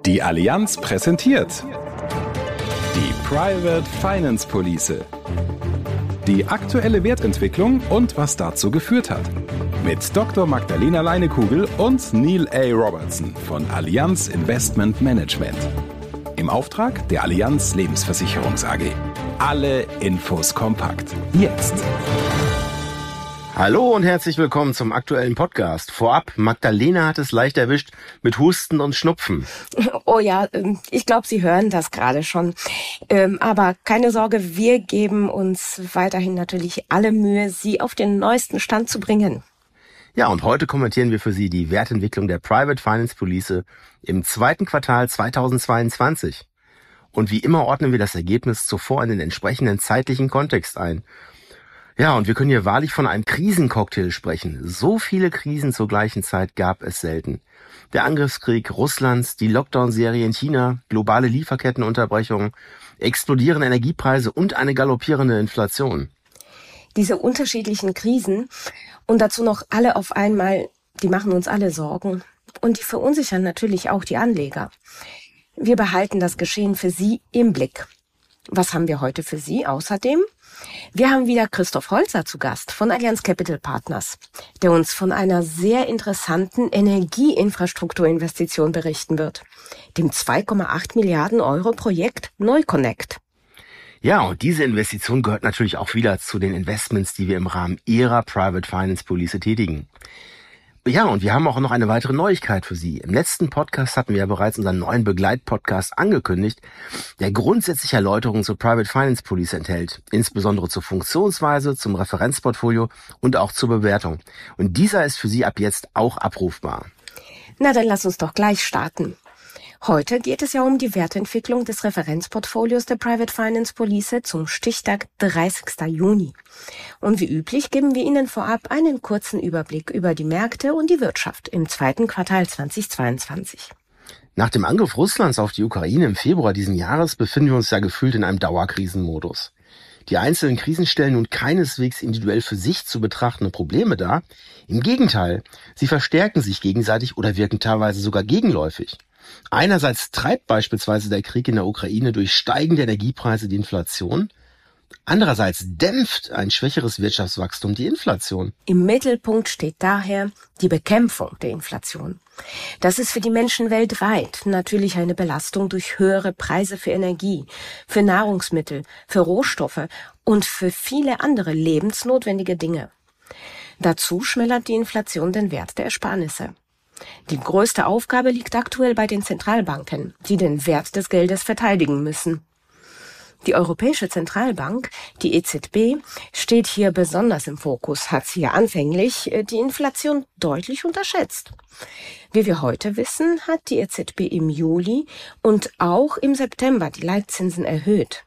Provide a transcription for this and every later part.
Die Allianz präsentiert die Private Finance Police. Die aktuelle Wertentwicklung und was dazu geführt hat. Mit Dr. Magdalena Leinekugel und Neil A. Robertson von Allianz Investment Management. Im Auftrag der Allianz Lebensversicherungs AG. Alle Infos kompakt. Jetzt. Hallo und herzlich willkommen zum aktuellen Podcast. Vorab, Magdalena hat es leicht erwischt mit Husten und Schnupfen. Oh ja, ich glaube, Sie hören das gerade schon. Aber keine Sorge, wir geben uns weiterhin natürlich alle Mühe, Sie auf den neuesten Stand zu bringen. Ja, und heute kommentieren wir für Sie die Wertentwicklung der Private Finance Police im zweiten Quartal 2022. Und wie immer ordnen wir das Ergebnis zuvor in den entsprechenden zeitlichen Kontext ein. Ja, und wir können hier wahrlich von einem Krisencocktail sprechen. So viele Krisen zur gleichen Zeit gab es selten. Der Angriffskrieg Russlands, die Lockdown-Serie in China, globale Lieferkettenunterbrechungen, explodierende Energiepreise und eine galoppierende Inflation. Diese unterschiedlichen Krisen und dazu noch alle auf einmal, die machen uns alle Sorgen. Und die verunsichern natürlich auch die Anleger. Wir behalten das Geschehen für Sie im Blick. Was haben wir heute für Sie außerdem? Wir haben wieder Christoph Holzer zu Gast von Allianz Capital Partners, der uns von einer sehr interessanten Energieinfrastrukturinvestition berichten wird, dem 2,8 Milliarden Euro Projekt NeuConnect. Ja, und diese Investition gehört natürlich auch wieder zu den Investments, die wir im Rahmen Ihrer Private Finance Police tätigen. Ja, und wir haben auch noch eine weitere Neuigkeit für Sie. Im letzten Podcast hatten wir ja bereits unseren neuen Begleitpodcast angekündigt, der grundsätzliche Erläuterungen zur Private Finance Police enthält, insbesondere zur Funktionsweise, zum Referenzportfolio und auch zur Bewertung. Und dieser ist für Sie ab jetzt auch abrufbar. Na, dann lass uns doch gleich starten. Heute geht es ja um die Wertentwicklung des Referenzportfolios der Private Finance Police zum Stichtag 30. Juni. Und wie üblich geben wir Ihnen vorab einen kurzen Überblick über die Märkte und die Wirtschaft im zweiten Quartal 2022. Nach dem Angriff Russlands auf die Ukraine im Februar diesen Jahres befinden wir uns ja gefühlt in einem Dauerkrisenmodus. Die einzelnen Krisen stellen nun keineswegs individuell für sich zu betrachtende Probleme dar. Im Gegenteil, sie verstärken sich gegenseitig oder wirken teilweise sogar gegenläufig. Einerseits treibt beispielsweise der Krieg in der Ukraine durch steigende Energiepreise die Inflation. Andererseits dämpft ein schwächeres Wirtschaftswachstum die Inflation. Im Mittelpunkt steht daher die Bekämpfung der Inflation. Das ist für die Menschen weltweit natürlich eine Belastung durch höhere Preise für Energie, für Nahrungsmittel, für Rohstoffe und für viele andere lebensnotwendige Dinge. Dazu schmälert die Inflation den Wert der Ersparnisse. Die größte Aufgabe liegt aktuell bei den Zentralbanken, die den Wert des Geldes verteidigen müssen. Die Europäische Zentralbank, die EZB, steht hier besonders im Fokus, hat sie ja anfänglich die Inflation deutlich unterschätzt. Wie wir heute wissen, hat die EZB im Juli und auch im September die Leitzinsen erhöht.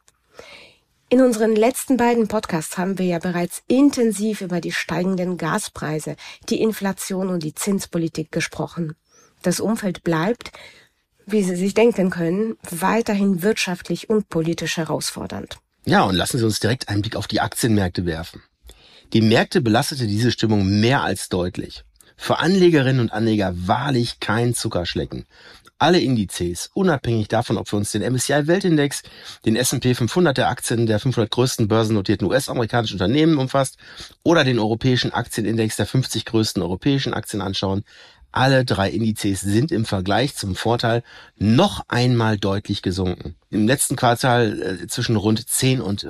In unseren letzten beiden Podcasts haben wir ja bereits intensiv über die steigenden Gaspreise, die Inflation und die Zinspolitik gesprochen. Das Umfeld bleibt, wie Sie sich denken können, weiterhin wirtschaftlich und politisch herausfordernd. Ja, und lassen Sie uns direkt einen Blick auf die Aktienmärkte werfen. Die Märkte belastete diese Stimmung mehr als deutlich. Für Anlegerinnen und Anleger wahrlich kein Zuckerschlecken. Alle Indizes, unabhängig davon, ob wir uns den MSCI Weltindex, den S&P 500 der Aktien der 500 größten börsennotierten US-amerikanischen Unternehmen umfasst oder den europäischen Aktienindex der 50 größten europäischen Aktien anschauen, alle drei Indizes sind im Vergleich zum Vorteil noch einmal deutlich gesunken. Im letzten Quartal zwischen rund 10 und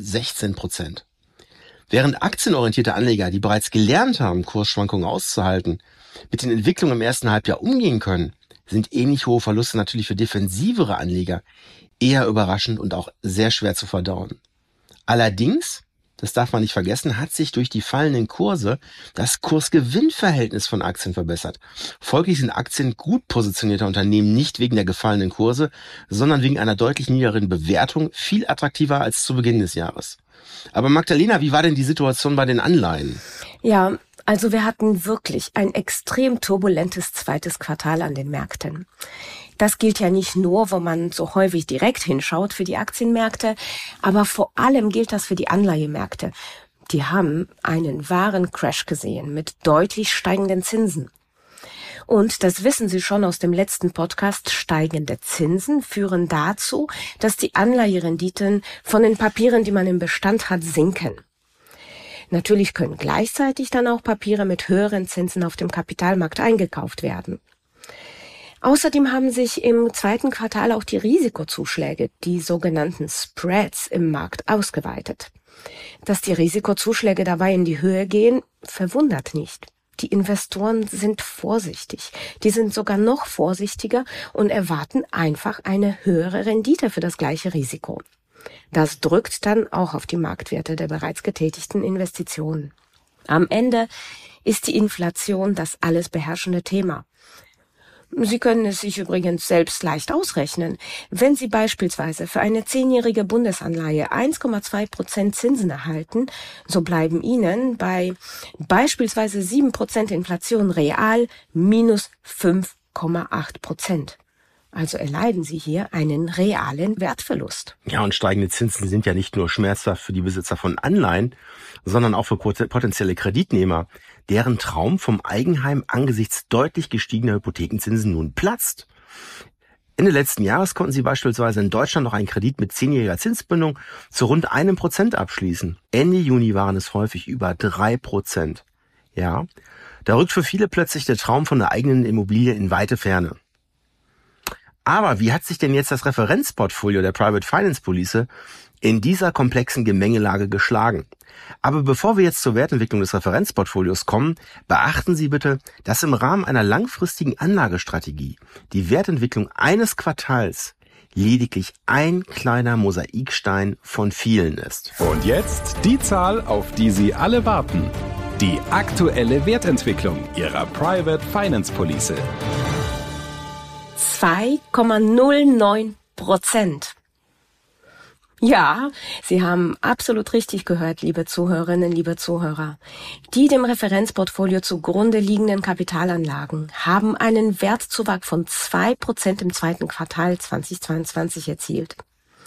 16%. Während aktienorientierte Anleger, die bereits gelernt haben, Kursschwankungen auszuhalten, mit den Entwicklungen im ersten Halbjahr umgehen können, sind ähnlich hohe Verluste natürlich für defensivere Anleger eher überraschend und auch sehr schwer zu verdauen. Allerdings, das darf man nicht vergessen, hat sich durch die fallenden Kurse das Kurs-Gewinn-Verhältnis von Aktien verbessert. Folglich sind Aktien gut positionierter Unternehmen nicht wegen der gefallenen Kurse, sondern wegen einer deutlich niedrigeren Bewertung viel attraktiver als zu Beginn des Jahres. Aber Magdalena, wie war denn die Situation bei den Anleihen? Ja, also wir hatten wirklich ein extrem turbulentes zweites Quartal an den Märkten. Das gilt ja nicht nur, wo man so häufig direkt hinschaut für die Aktienmärkte, aber vor allem gilt das für die Anleihemärkte. Die haben einen wahren Crash gesehen mit deutlich steigenden Zinsen. Und das wissen Sie schon aus dem letzten Podcast, steigende Zinsen führen dazu, dass die Anleiherenditen von den Papieren, die man im Bestand hat, sinken. Natürlich können gleichzeitig dann auch Papiere mit höheren Zinsen auf dem Kapitalmarkt eingekauft werden. Außerdem haben sich im zweiten Quartal auch die Risikozuschläge, die sogenannten Spreads, im Markt ausgeweitet. Dass die Risikozuschläge dabei in die Höhe gehen, verwundert nicht. Die Investoren sind vorsichtig. Die sind sogar noch vorsichtiger und erwarten einfach eine höhere Rendite für das gleiche Risiko. Das drückt dann auch auf die Marktwerte der bereits getätigten Investitionen. Am Ende ist die Inflation das alles beherrschende Thema. Sie können es sich übrigens selbst leicht ausrechnen. Wenn Sie beispielsweise für eine 10-jährige Bundesanleihe 1,2% Zinsen erhalten, so bleiben Ihnen bei beispielsweise 7% Inflation real minus 5,8%. Also erleiden Sie hier einen realen Wertverlust. Ja, und steigende Zinsen sind ja nicht nur schmerzhaft für die Besitzer von Anleihen, sondern auch für potenzielle Kreditnehmer, deren Traum vom Eigenheim angesichts deutlich gestiegener Hypothekenzinsen nun platzt. Ende letzten Jahres konnten Sie beispielsweise in Deutschland noch einen Kredit mit 10-jähriger Zinsbindung zu rund 1% abschließen. Ende Juni waren es häufig über 3%. Ja, da rückt für viele plötzlich der Traum von der eigenen Immobilie in weite Ferne. Aber wie hat sich denn jetzt das Referenzportfolio der Private Finance Police in dieser komplexen Gemengelage geschlagen? Aber bevor wir jetzt zur Wertentwicklung des Referenzportfolios kommen, beachten Sie bitte, dass im Rahmen einer langfristigen Anlagestrategie die Wertentwicklung eines Quartals lediglich ein kleiner Mosaikstein von vielen ist. Und jetzt die Zahl, auf die Sie alle warten. Die aktuelle Wertentwicklung Ihrer Private Finance Police. 2,09%. Ja, Sie haben absolut richtig gehört, liebe Zuhörerinnen, liebe Zuhörer. Die dem Referenzportfolio zugrunde liegenden Kapitalanlagen haben einen Wertzuwachs von 2% im zweiten Quartal 2022 erzielt.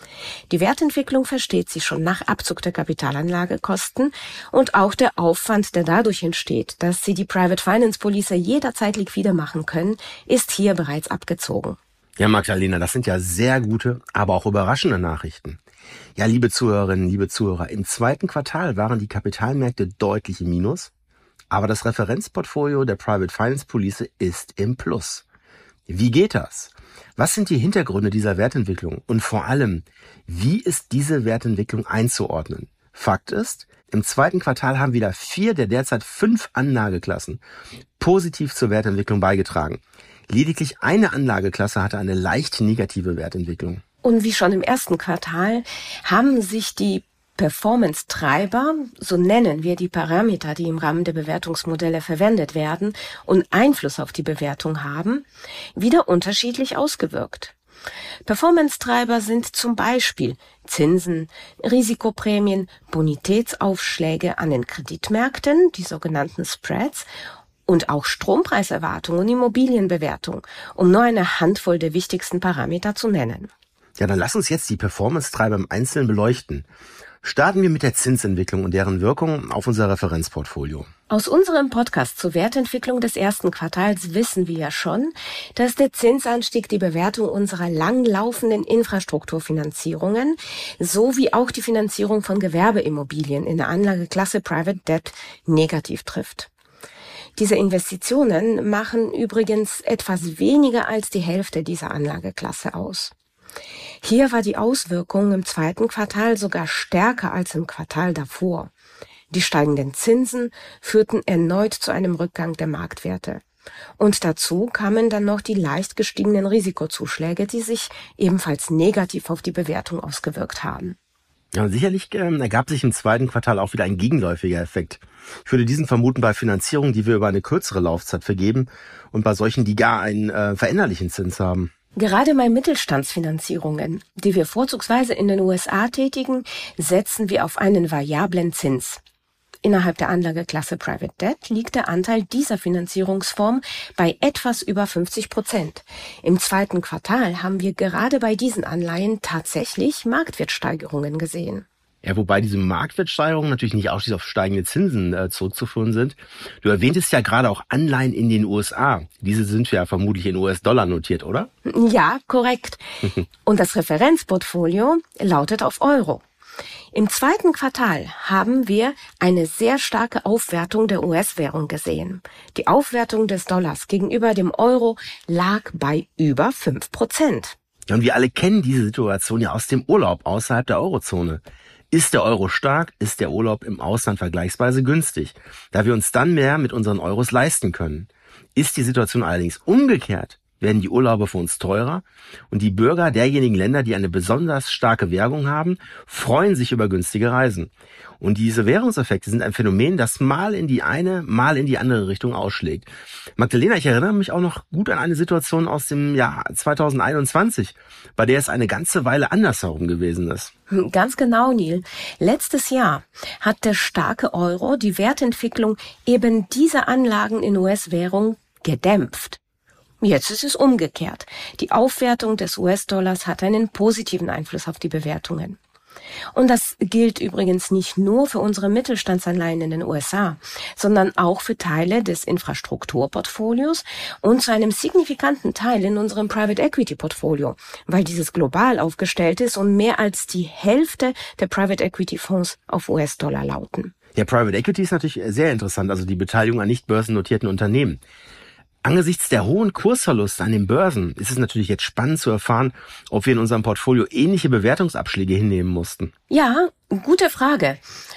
Die Wertentwicklung versteht sich schon nach Abzug der Kapitalanlagekosten und auch der Aufwand, der dadurch entsteht, dass Sie die Private Finance Police jederzeit liquide machen können, ist hier bereits abgezogen. Ja, Magdalena, das sind ja sehr gute, aber auch überraschende Nachrichten. Ja, liebe Zuhörerinnen, liebe Zuhörer, im zweiten Quartal waren die Kapitalmärkte deutlich im Minus, aber das Referenzportfolio der Private Finance Police ist im Plus. Wie geht das? Was sind die Hintergründe dieser Wertentwicklung? Und vor allem, wie ist diese Wertentwicklung einzuordnen? Fakt ist, im zweiten Quartal haben wieder 4 der derzeit 5 Anlageklassen positiv zur Wertentwicklung beigetragen. Lediglich eine Anlageklasse hatte eine leicht negative Wertentwicklung. Und wie schon im ersten Quartal haben sich die Performance-Treiber, so nennen wir die Parameter, die im Rahmen der Bewertungsmodelle verwendet werden und Einfluss auf die Bewertung haben, wieder unterschiedlich ausgewirkt. Performance-Treiber sind zum Beispiel Zinsen, Risikoprämien, Bonitätsaufschläge an den Kreditmärkten, die sogenannten Spreads, und auch Strompreiserwartung und Immobilienbewertung, um nur eine Handvoll der wichtigsten Parameter zu nennen. Ja, dann lass uns jetzt die Performance-Treiber im Einzelnen beleuchten. Starten wir mit der Zinsentwicklung und deren Wirkung auf unser Referenzportfolio. Aus unserem Podcast zur Wertentwicklung des ersten Quartals wissen wir ja schon, dass der Zinsanstieg die Bewertung unserer langlaufenden Infrastrukturfinanzierungen sowie auch die Finanzierung von Gewerbeimmobilien in der Anlageklasse Private Debt negativ trifft. Diese Investitionen machen übrigens etwas weniger als die Hälfte dieser Anlageklasse aus. Hier war die Auswirkung im zweiten Quartal sogar stärker als im Quartal davor. Die steigenden Zinsen führten erneut zu einem Rückgang der Marktwerte. Und dazu kamen dann noch die leicht gestiegenen Risikozuschläge, die sich ebenfalls negativ auf die Bewertung ausgewirkt haben. Ja, und sicherlich ergab sich im zweiten Quartal auch wieder ein gegenläufiger Effekt. Ich würde diesen vermuten bei Finanzierungen, die wir über eine kürzere Laufzeit vergeben und bei solchen, die gar einen veränderlichen Zins haben. Gerade bei Mittelstandsfinanzierungen, die wir vorzugsweise in den USA tätigen, setzen wir auf einen variablen Zins. Innerhalb der Anlageklasse Private Debt liegt der Anteil dieser Finanzierungsform bei etwas über 50%. Im zweiten Quartal haben wir gerade bei diesen Anleihen tatsächlich Marktwertsteigerungen gesehen. Ja, wobei diese Marktwertsteigerungen natürlich nicht ausschließlich auf steigende Zinsen zurückzuführen sind. Du erwähntest ja gerade auch Anleihen in den USA. Diese sind ja vermutlich in US-Dollar notiert, oder? Ja, korrekt. Und das Referenzportfolio lautet auf Euro. Im zweiten Quartal haben wir eine sehr starke Aufwertung der US-Währung gesehen. Die Aufwertung des Dollars gegenüber dem Euro lag bei über 5%. Ja, und wir alle kennen diese Situation ja aus dem Urlaub außerhalb der Eurozone. Ist der Euro stark, ist der Urlaub im Ausland vergleichsweise günstig, da wir uns dann mehr mit unseren Euros leisten können. Ist die Situation allerdings umgekehrt, werden die Urlaube für uns teurer und die Bürger derjenigen Länder, die eine besonders starke Währung haben, freuen sich über günstige Reisen. Und diese Währungseffekte sind ein Phänomen, das mal in die eine, mal in die andere Richtung ausschlägt. Magdalena, ich erinnere mich auch noch gut an eine Situation aus dem Jahr 2021, bei der es eine ganze Weile andersherum gewesen ist. Ganz genau, Neil. Letztes Jahr hat der starke Euro die Wertentwicklung eben dieser Anlagen in US-Währung gedämpft. Jetzt ist es umgekehrt. Die Aufwertung des US-Dollars hat einen positiven Einfluss auf die Bewertungen. Und das gilt übrigens nicht nur für unsere Mittelstandsanleihen in den USA, sondern auch für Teile des Infrastrukturportfolios und zu einem signifikanten Teil in unserem Private Equity Portfolio, weil dieses global aufgestellt ist und mehr als die Hälfte der Private Equity Fonds auf US-Dollar lauten. Ja, Private Equity ist natürlich sehr interessant, also die Beteiligung an nicht börsennotierten Unternehmen. Angesichts der hohen Kursverluste an den Börsen ist es natürlich jetzt spannend zu erfahren, ob wir in unserem Portfolio ähnliche Bewertungsabschläge hinnehmen mussten. Ja, gute Frage.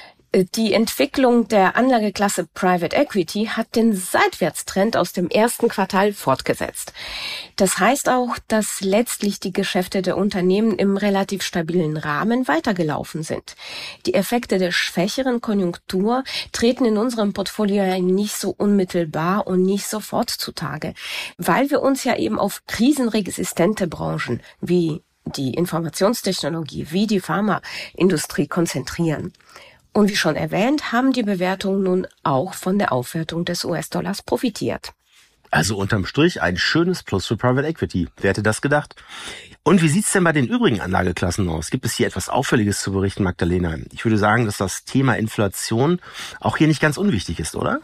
Die Entwicklung der Anlageklasse Private Equity hat den Seitwärtstrend aus dem ersten Quartal fortgesetzt. Das heißt auch, dass letztlich die Geschäfte der Unternehmen im relativ stabilen Rahmen weitergelaufen sind. Die Effekte der schwächeren Konjunktur treten in unserem Portfolio nicht so unmittelbar und nicht sofort zutage, weil wir uns ja eben auf krisenresistente Branchen wie die Informationstechnologie, wie die Pharmaindustrie konzentrieren. Und wie schon erwähnt, haben die Bewertungen nun auch von der Aufwertung des US-Dollars profitiert. Also unterm Strich ein schönes Plus für Private Equity. Wer hätte das gedacht? Und wie sieht's denn bei den übrigen Anlageklassen aus? Gibt es hier etwas Auffälliges zu berichten, Magdalena? Ich würde sagen, dass das Thema Inflation auch hier nicht ganz unwichtig ist, oder?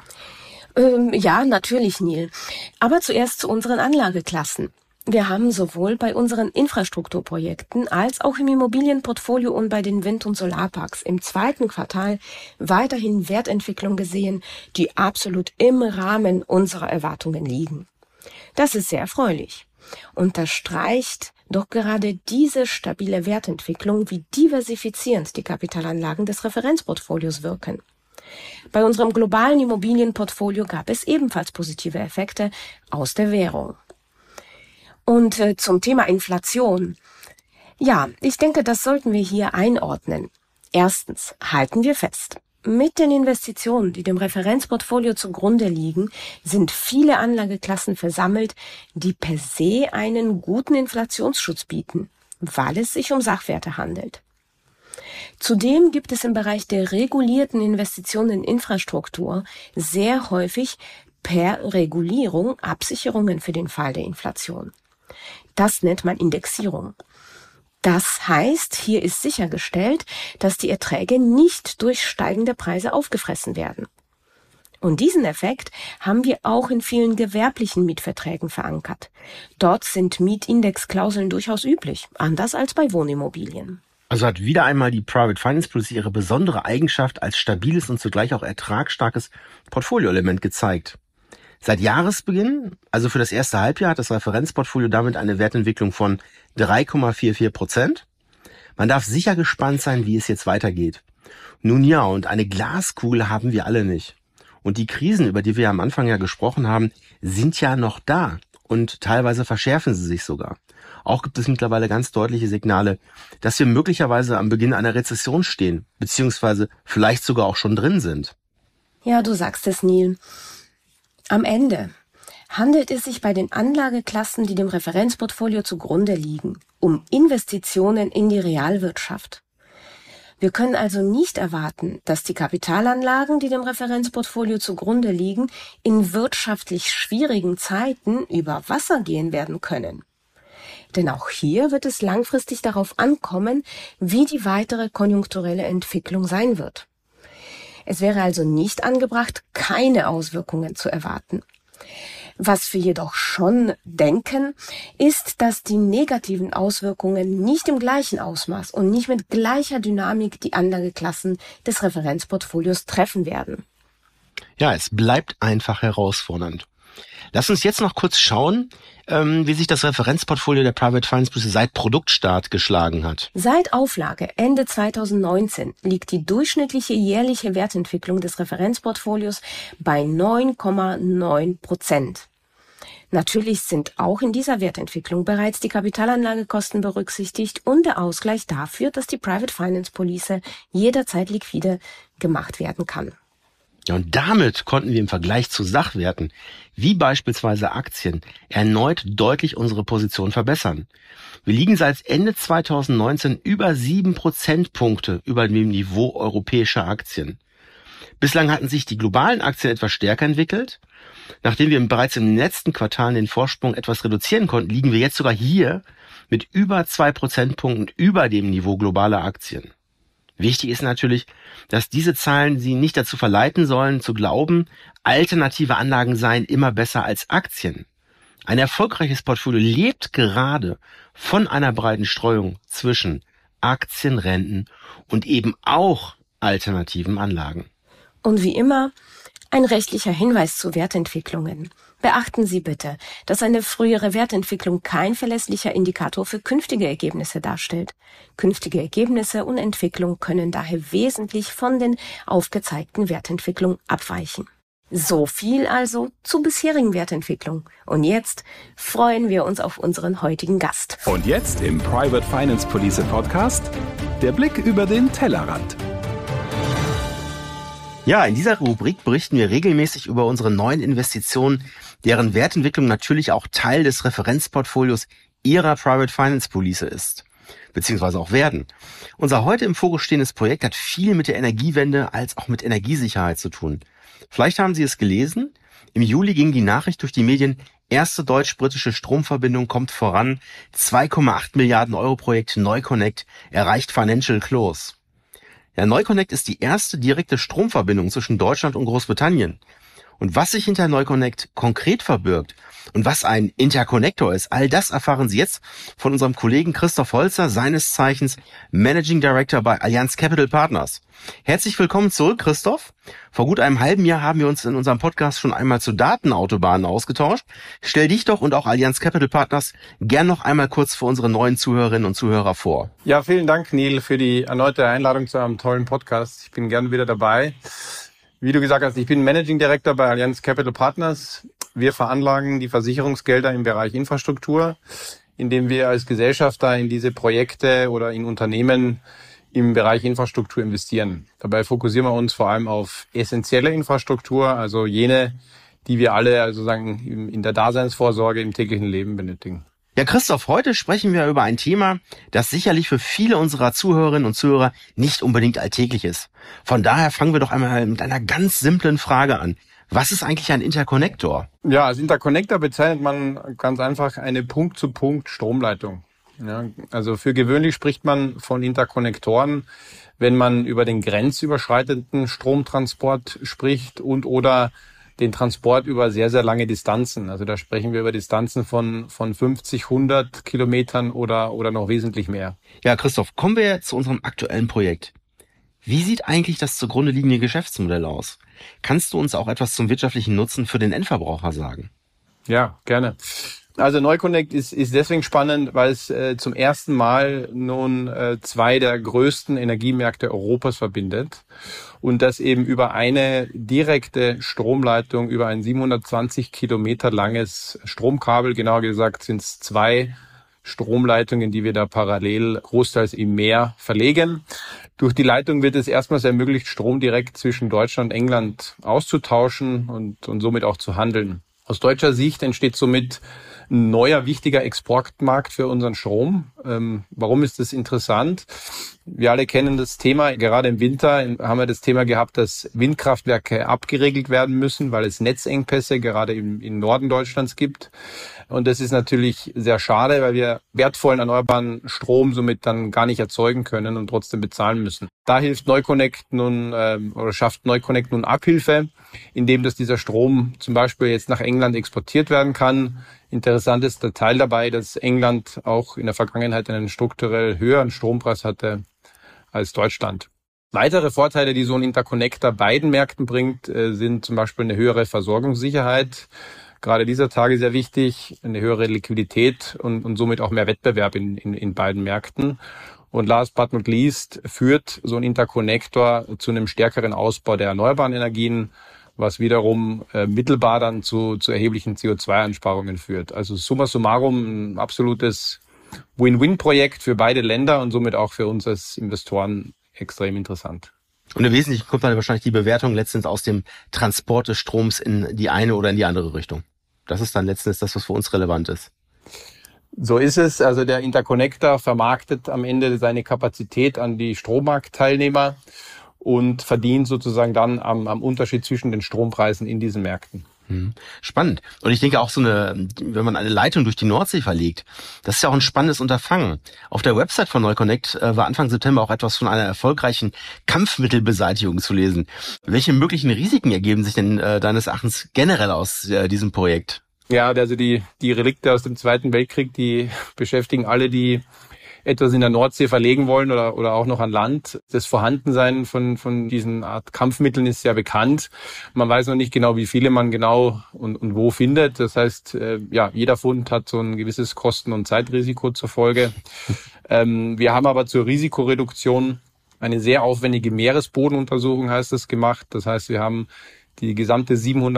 Ja, natürlich, Neil. Aber zuerst zu unseren Anlageklassen. Wir haben sowohl bei unseren Infrastrukturprojekten als auch im Immobilienportfolio und bei den Wind- und Solarparks im zweiten Quartal weiterhin Wertentwicklung gesehen, die absolut im Rahmen unserer Erwartungen liegen. Das ist sehr erfreulich. Unterstreicht doch gerade diese stabile Wertentwicklung, wie diversifizierend die Kapitalanlagen des Referenzportfolios wirken. Bei unserem globalen Immobilienportfolio gab es ebenfalls positive Effekte aus der Währung. Und zum Thema Inflation. Ja, ich denke, das sollten wir hier einordnen. Erstens, halten wir fest. Mit den Investitionen, die dem Referenzportfolio zugrunde liegen, sind viele Anlageklassen versammelt, die per se einen guten Inflationsschutz bieten, weil es sich um Sachwerte handelt. Zudem gibt es im Bereich der regulierten Investitionen in Infrastruktur sehr häufig per Regulierung Absicherungen für den Fall der Inflation. Das nennt man Indexierung. Das heißt, hier ist sichergestellt, dass die Erträge nicht durch steigende Preise aufgefressen werden. Und diesen Effekt haben wir auch in vielen gewerblichen Mietverträgen verankert. Dort sind Mietindexklauseln durchaus üblich, anders als bei Wohnimmobilien. Also hat wieder einmal die Private Finance Policy ihre besondere Eigenschaft als stabiles und zugleich auch ertragsstarkes Portfolioelement gezeigt. Seit Jahresbeginn, also für das erste Halbjahr, hat das Referenzportfolio damit eine Wertentwicklung von 3,44%. Man darf sicher gespannt sein, wie es jetzt weitergeht. Nun ja, und eine Glaskugel haben wir alle nicht. Und die Krisen, über die wir am Anfang ja gesprochen haben, sind ja noch da und teilweise verschärfen sie sich sogar. Auch gibt es mittlerweile ganz deutliche Signale, dass wir möglicherweise am Beginn einer Rezession stehen, beziehungsweise vielleicht sogar auch schon drin sind. Ja, du sagst es, Neil. Am Ende handelt es sich bei den Anlageklassen, die dem Referenzportfolio zugrunde liegen, um Investitionen in die Realwirtschaft. Wir können also nicht erwarten, dass die Kapitalanlagen, die dem Referenzportfolio zugrunde liegen, in wirtschaftlich schwierigen Zeiten über Wasser gehen werden können. Denn auch hier wird es langfristig darauf ankommen, wie die weitere konjunkturelle Entwicklung sein wird. Es wäre also nicht angebracht, keine Auswirkungen zu erwarten. Was wir jedoch schon denken, ist, dass die negativen Auswirkungen nicht im gleichen Ausmaß und nicht mit gleicher Dynamik die Anlageklassen des Referenzportfolios treffen werden. Ja, es bleibt einfach herausfordernd. Lass uns jetzt noch kurz schauen, wie sich das Referenzportfolio der Private Finance Policy seit Produktstart geschlagen hat. Seit Auflage Ende 2019 liegt die durchschnittliche jährliche Wertentwicklung des Referenzportfolios bei 9,9%. Natürlich sind auch in dieser Wertentwicklung bereits die Kapitalanlagekosten berücksichtigt und der Ausgleich dafür, dass die Private Finance Policy jederzeit liquide gemacht werden kann. Ja, und damit konnten wir im Vergleich zu Sachwerten, wie beispielsweise Aktien, erneut deutlich unsere Position verbessern. Wir liegen seit Ende 2019 über 7 Prozentpunkte über dem Niveau europäischer Aktien. Bislang hatten sich die globalen Aktien etwas stärker entwickelt. Nachdem wir bereits im letzten Quartal den Vorsprung etwas reduzieren konnten, liegen wir jetzt sogar hier mit über 2 Prozentpunkten über dem Niveau globaler Aktien. Wichtig ist natürlich, dass diese Zahlen Sie nicht dazu verleiten sollen, zu glauben, alternative Anlagen seien immer besser als Aktien. Ein erfolgreiches Portfolio lebt gerade von einer breiten Streuung zwischen Aktien, Renten und eben auch alternativen Anlagen. Und wie immer, ein rechtlicher Hinweis zu Wertentwicklungen. Beachten Sie bitte, dass eine frühere Wertentwicklung kein verlässlicher Indikator für künftige Ergebnisse darstellt. Künftige Ergebnisse und Entwicklung können daher wesentlich von den aufgezeigten Wertentwicklungen abweichen. So viel also zur bisherigen Wertentwicklung. Und jetzt freuen wir uns auf unseren heutigen Gast. Und jetzt im Private Finance Policy Podcast der Blick über den Tellerrand. Ja, in dieser Rubrik berichten wir regelmäßig über unsere neuen Investitionen, deren Wertentwicklung natürlich auch Teil des Referenzportfolios Ihrer Private Finance Policy ist, beziehungsweise auch werden. Unser heute im Fokus stehendes Projekt hat viel mit der Energiewende als auch mit Energiesicherheit zu tun. Vielleicht haben Sie es gelesen. Im Juli ging die Nachricht durch die Medien, erste deutsch-britische Stromverbindung kommt voran, 2,8 Milliarden Euro Projekt NeuConnect erreicht Financial Close. Ja, NeuConnect ist die erste direkte Stromverbindung zwischen Deutschland und Großbritannien. Und was sich hinter NeuConnect konkret verbirgt und was ein Interconnector ist, all das erfahren Sie jetzt von unserem Kollegen Christoph Holzer, seines Zeichens Managing Director bei Allianz Capital Partners. Herzlich willkommen zurück, Christoph. Vor gut einem halben Jahr haben wir uns in unserem Podcast schon einmal zu Datenautobahnen ausgetauscht. Stell dich doch und auch Allianz Capital Partners gern noch einmal kurz für unsere neuen Zuhörerinnen und Zuhörer vor. Ja, vielen Dank, Neil, für die erneute Einladung zu einem tollen Podcast. Ich bin gern wieder dabei. Wie du gesagt hast, ich bin Managing Director bei Allianz Capital Partners. Wir veranlagen die Versicherungsgelder im Bereich Infrastruktur, indem wir als Gesellschafter in diese Projekte oder in Unternehmen im Bereich Infrastruktur investieren. Dabei fokussieren wir uns vor allem auf essentielle Infrastruktur, also jene, die wir alle also sagen in der Daseinsvorsorge im täglichen Leben benötigen. Ja, Christoph, heute sprechen wir über ein Thema, das sicherlich für viele unserer Zuhörerinnen und Zuhörer nicht unbedingt alltäglich ist. Von daher fangen wir doch einmal mit einer ganz simplen Frage an. Was ist eigentlich ein Interconnector? Ja, als Interconnector bezeichnet man ganz einfach eine Punkt-zu-Punkt-Stromleitung. Ja, also für gewöhnlich spricht man von Interkonnektoren, wenn man über den grenzüberschreitenden Stromtransport spricht und oder den Transport über sehr, sehr lange Distanzen. Also da sprechen wir über Distanzen von 50, 100 Kilometern oder noch wesentlich mehr. Ja, Christoph, kommen wir zu unserem aktuellen Projekt. Wie sieht eigentlich das zugrunde liegende Geschäftsmodell aus? Kannst du uns auch etwas zum wirtschaftlichen Nutzen für den Endverbraucher sagen? Ja, gerne. Also NeuConnect ist deswegen spannend, weil es zum ersten Mal nun zwei der größten Energiemärkte Europas verbindet und das eben über eine direkte Stromleitung, über ein 720 Kilometer langes Stromkabel, genauer gesagt sind es zwei Stromleitungen, die wir da parallel großteils im Meer verlegen. Durch die Leitung wird es erstmals ermöglicht, Strom direkt zwischen Deutschland und England auszutauschen und somit auch zu handeln. Aus deutscher Sicht entsteht somit ein neuer, wichtiger Exportmarkt für unseren Strom. Warum ist das interessant? Wir alle kennen das Thema, gerade im Winter haben wir das Thema gehabt, dass Windkraftwerke abgeregelt werden müssen, weil es Netzengpässe gerade im Norden Deutschlands gibt. Und das ist natürlich sehr schade, weil wir wertvollen erneuerbaren Strom somit dann gar nicht erzeugen können und trotzdem bezahlen müssen. Da hilft NeuConnect nun oder schafft NeuConnect nun Abhilfe, indem dass dieser Strom zum Beispiel jetzt nach England exportiert werden kann. Interessant ist der Teil dabei, dass England auch in der Vergangenheit einen strukturell höheren Strompreis hatte als Deutschland. Weitere Vorteile, die so ein Interconnector beiden Märkten bringt, sind zum Beispiel eine höhere Versorgungssicherheit. Gerade dieser Tage sehr wichtig, eine höhere Liquidität und somit auch mehr Wettbewerb in beiden Märkten. Und last but not least führt so ein Interconnector zu einem stärkeren Ausbau der erneuerbaren Energien, was wiederum mittelbar dann zu erheblichen CO2-Einsparungen führt. Also summa summarum ein absolutes Win-Win-Projekt für beide Länder und somit auch für uns als Investoren extrem interessant. Und im Wesentlichen kommt dann wahrscheinlich die Bewertung letztens aus dem Transport des Stroms in die eine oder in die andere Richtung. Das ist dann letztens das, was für uns relevant ist. So ist es. Also der Interconnector vermarktet am Ende seine Kapazität an die Strommarktteilnehmer und verdient sozusagen dann am Unterschied zwischen den Strompreisen in diesen Märkten. Spannend. Und ich denke auch wenn man eine Leitung durch die Nordsee verlegt, das ist ja auch ein spannendes Unterfangen. Auf der Website von NeuConnect war Anfang September auch etwas von einer erfolgreichen Kampfmittelbeseitigung zu lesen. Welche möglichen Risiken ergeben sich denn deines Erachtens generell aus diesem Projekt? Ja, also die Relikte aus dem Zweiten Weltkrieg, die beschäftigen alle, die etwas in der Nordsee verlegen wollen oder auch noch an Land. Das Vorhandensein von diesen Art Kampfmitteln ist sehr bekannt. Man weiß noch nicht genau, wie viele man genau und wo findet. Das heißt, jeder Fund hat so ein gewisses Kosten- und Zeitrisiko zur Folge. Wir haben aber zur Risikoreduktion eine sehr aufwendige Meeresbodenuntersuchung, heißt es, gemacht. Das heißt, wir haben die gesamte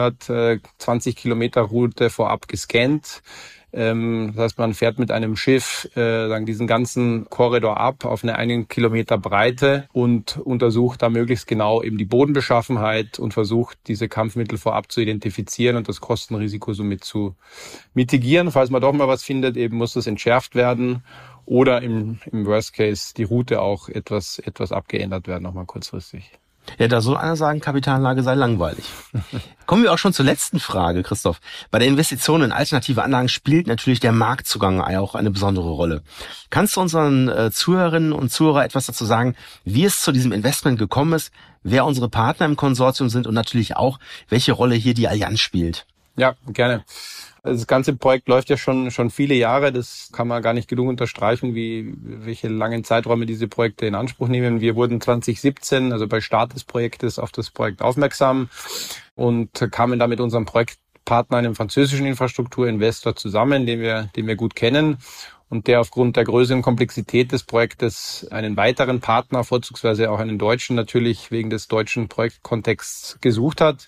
720 Kilometer Route vorab gescannt. Das heißt, man fährt mit einem Schiff diesen ganzen Korridor ab auf eine 1 Kilometer Breite und untersucht da möglichst genau eben die Bodenbeschaffenheit und versucht, diese Kampfmittel vorab zu identifizieren und das Kostenrisiko somit zu mitigieren. Falls man doch mal was findet, eben muss das entschärft werden oder im Worst Case die Route auch etwas abgeändert werden, nochmal kurzfristig. Ja, da soll einer sagen, Kapitalanlage sei langweilig. Kommen wir auch schon zur letzten Frage, Christoph. Bei der Investition in alternative Anlagen spielt natürlich der Marktzugang auch eine besondere Rolle. Kannst du unseren Zuhörerinnen und Zuhörern etwas dazu sagen, wie es zu diesem Investment gekommen ist, wer unsere Partner im Konsortium sind und natürlich auch, welche Rolle hier die Allianz spielt? Ja, gerne. Das ganze Projekt läuft ja schon viele Jahre. Das kann man gar nicht genug unterstreichen, welche langen Zeiträume diese Projekte in Anspruch nehmen. Wir wurden 2017, also bei Start des Projektes, auf das Projekt aufmerksam und kamen da mit unserem Projektpartner, einem französischen Infrastrukturinvestor, zusammen, den wir gut kennen und der aufgrund der Größe und Komplexität des Projektes einen weiteren Partner, vorzugsweise auch einen Deutschen, natürlich wegen des deutschen Projektkontexts gesucht hat.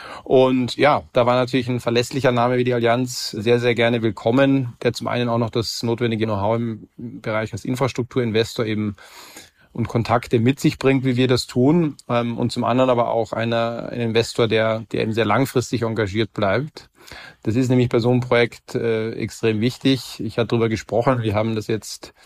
Und ja, da war natürlich ein verlässlicher Name wie die Allianz sehr, sehr gerne willkommen, der zum einen auch noch das notwendige Know-how im Bereich als Infrastrukturinvestor eben und Kontakte mit sich bringt, wie wir das tun. Und zum anderen aber auch ein Investor, der eben sehr langfristig engagiert bleibt. Das ist nämlich bei so einem Projekt extrem wichtig. Ich hatte darüber gesprochen, wir haben das jetzt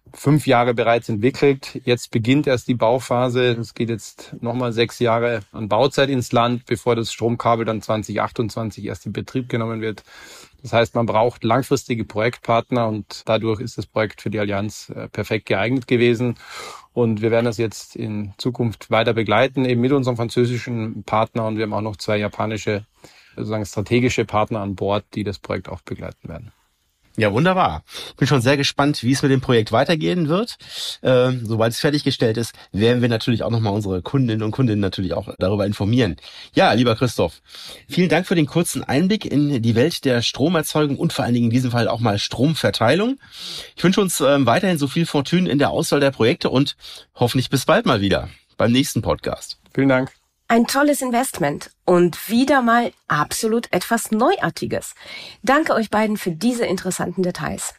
5 Jahre bereits entwickelt. Jetzt beginnt erst die Bauphase. Es geht jetzt nochmal 6 Jahre an Bauzeit ins Land, bevor das Stromkabel dann 2028 erst in Betrieb genommen wird. Das heißt, man braucht langfristige Projektpartner und dadurch ist das Projekt für die Allianz perfekt geeignet gewesen. Und wir werden das jetzt in Zukunft weiter begleiten, eben mit unserem französischen Partner. Und wir haben auch noch 2 japanische, sozusagen strategische Partner an Bord, die das Projekt auch begleiten werden. Ja, wunderbar. Ich bin schon sehr gespannt, wie es mit dem Projekt weitergehen wird. Sobald es fertiggestellt ist, werden wir natürlich auch nochmal unsere Kundinnen und Kunden natürlich auch darüber informieren. Ja, lieber Christoph, vielen Dank für den kurzen Einblick in die Welt der Stromerzeugung und vor allen Dingen in diesem Fall auch mal Stromverteilung. Ich wünsche uns weiterhin so viel Fortune in der Auswahl der Projekte und hoffentlich bis bald mal wieder beim nächsten Podcast. Vielen Dank. Ein tolles Investment und wieder mal absolut etwas Neuartiges. Danke euch beiden für diese interessanten Details.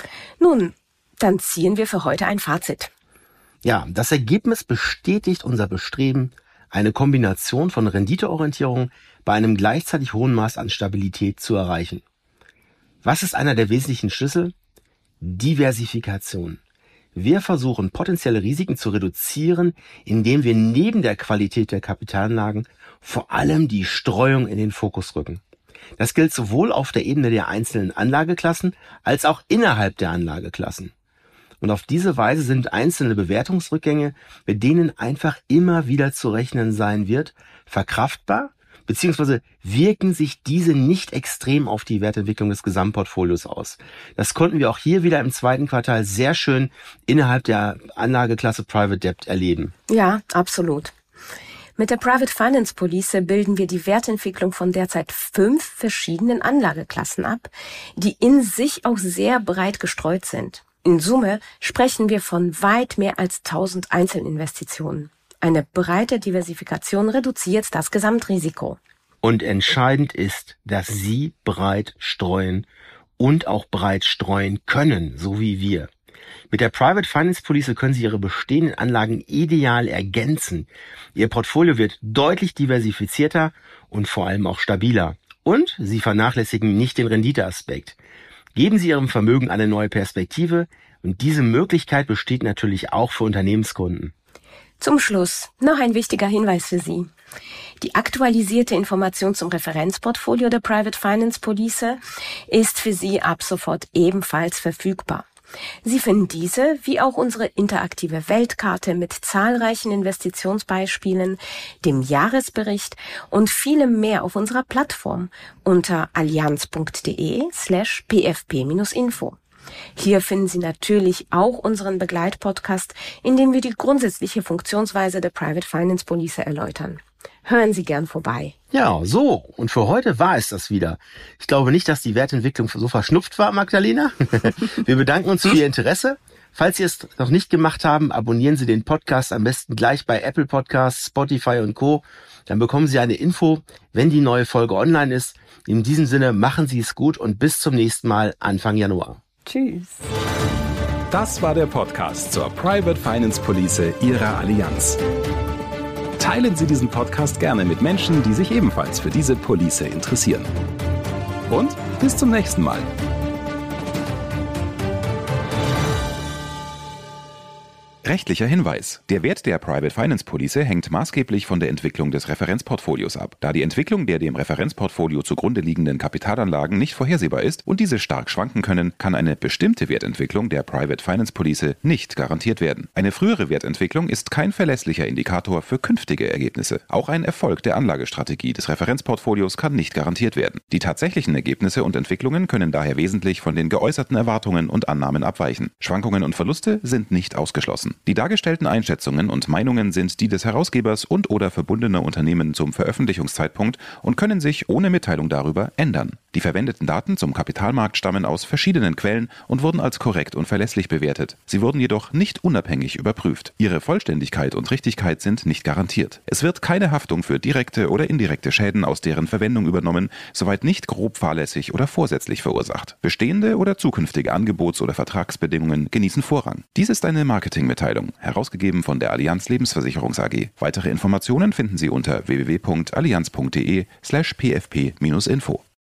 Nun, dann ziehen wir für heute ein Fazit. Ja, das Ergebnis bestätigt unser Bestreben, eine Kombination von Renditeorientierung bei einem gleichzeitig hohen Maß an Stabilität zu erreichen. Was ist einer der wesentlichen Schlüssel? Diversifikation. Wir versuchen, potenzielle Risiken zu reduzieren, indem wir neben der Qualität der Kapitalanlagen vor allem die Streuung in den Fokus rücken. Das gilt sowohl auf der Ebene der einzelnen Anlageklassen als auch innerhalb der Anlageklassen. Und auf diese Weise sind einzelne Bewertungsrückgänge, mit denen einfach immer wieder zu rechnen sein wird, verkraftbar, beziehungsweise wirken sich diese nicht extrem auf die Wertentwicklung des Gesamtportfolios aus. Das konnten wir auch hier wieder im zweiten Quartal sehr schön innerhalb der Anlageklasse Private Debt erleben. Ja, absolut. Mit der Private Finance Police bilden wir die Wertentwicklung von derzeit 5 verschiedenen Anlageklassen ab, die in sich auch sehr breit gestreut sind. In Summe sprechen wir von weit mehr als 1000 Einzelinvestitionen. Eine breite Diversifikation reduziert das Gesamtrisiko. Und entscheidend ist, dass Sie breit streuen und auch breit streuen können, so wie wir. Mit der Private Finance Police können Sie Ihre bestehenden Anlagen ideal ergänzen. Ihr Portfolio wird deutlich diversifizierter und vor allem auch stabiler. Und Sie vernachlässigen nicht den Renditeaspekt. Geben Sie Ihrem Vermögen eine neue Perspektive und diese Möglichkeit besteht natürlich auch für Unternehmenskunden. Zum Schluss noch ein wichtiger Hinweis für Sie. Die aktualisierte Information zum Referenzportfolio der Private Finance Police ist für Sie ab sofort ebenfalls verfügbar. Sie finden diese, wie auch unsere interaktive Weltkarte mit zahlreichen Investitionsbeispielen, dem Jahresbericht und vielem mehr auf unserer Plattform unter allianz.de/pfp-info. Hier finden Sie natürlich auch unseren Begleitpodcast, in dem wir die grundsätzliche Funktionsweise der Private Finance Police erläutern. Hören Sie gern vorbei. Ja, so. Und für heute war es das wieder. Ich glaube nicht, dass die Wertentwicklung so verschnupft war, Magdalena. Wir bedanken uns für Ihr Interesse. Falls Sie es noch nicht gemacht haben, abonnieren Sie den Podcast am besten gleich bei Apple Podcasts, Spotify und Co. Dann bekommen Sie eine Info, wenn die neue Folge online ist. In diesem Sinne, machen Sie es gut und bis zum nächsten Mal Anfang Januar. Tschüss. Das war der Podcast zur Private Finance Police Ihrer Allianz. Teilen Sie diesen Podcast gerne mit Menschen, die sich ebenfalls für diese Police interessieren. Und bis zum nächsten Mal. Rechtlicher Hinweis. Der Wert der Private Finance Police hängt maßgeblich von der Entwicklung des Referenzportfolios ab. Da die Entwicklung der dem Referenzportfolio zugrunde liegenden Kapitalanlagen nicht vorhersehbar ist und diese stark schwanken können, kann eine bestimmte Wertentwicklung der Private Finance Police nicht garantiert werden. Eine frühere Wertentwicklung ist kein verlässlicher Indikator für künftige Ergebnisse. Auch ein Erfolg der Anlagestrategie des Referenzportfolios kann nicht garantiert werden. Die tatsächlichen Ergebnisse und Entwicklungen können daher wesentlich von den geäußerten Erwartungen und Annahmen abweichen. Schwankungen und Verluste sind nicht ausgeschlossen. Die dargestellten Einschätzungen und Meinungen sind die des Herausgebers und/oder verbundener Unternehmen zum Veröffentlichungszeitpunkt und können sich ohne Mitteilung darüber ändern. Die verwendeten Daten zum Kapitalmarkt stammen aus verschiedenen Quellen und wurden als korrekt und verlässlich bewertet. Sie wurden jedoch nicht unabhängig überprüft. Ihre Vollständigkeit und Richtigkeit sind nicht garantiert. Es wird keine Haftung für direkte oder indirekte Schäden aus deren Verwendung übernommen, soweit nicht grob fahrlässig oder vorsätzlich verursacht. Bestehende oder zukünftige Angebots- oder Vertragsbedingungen genießen Vorrang. Dies ist eine Marketingmitteilung, herausgegeben von der Allianz Lebensversicherungs AG. Weitere Informationen finden Sie unter www.allianz.de/pfp-info.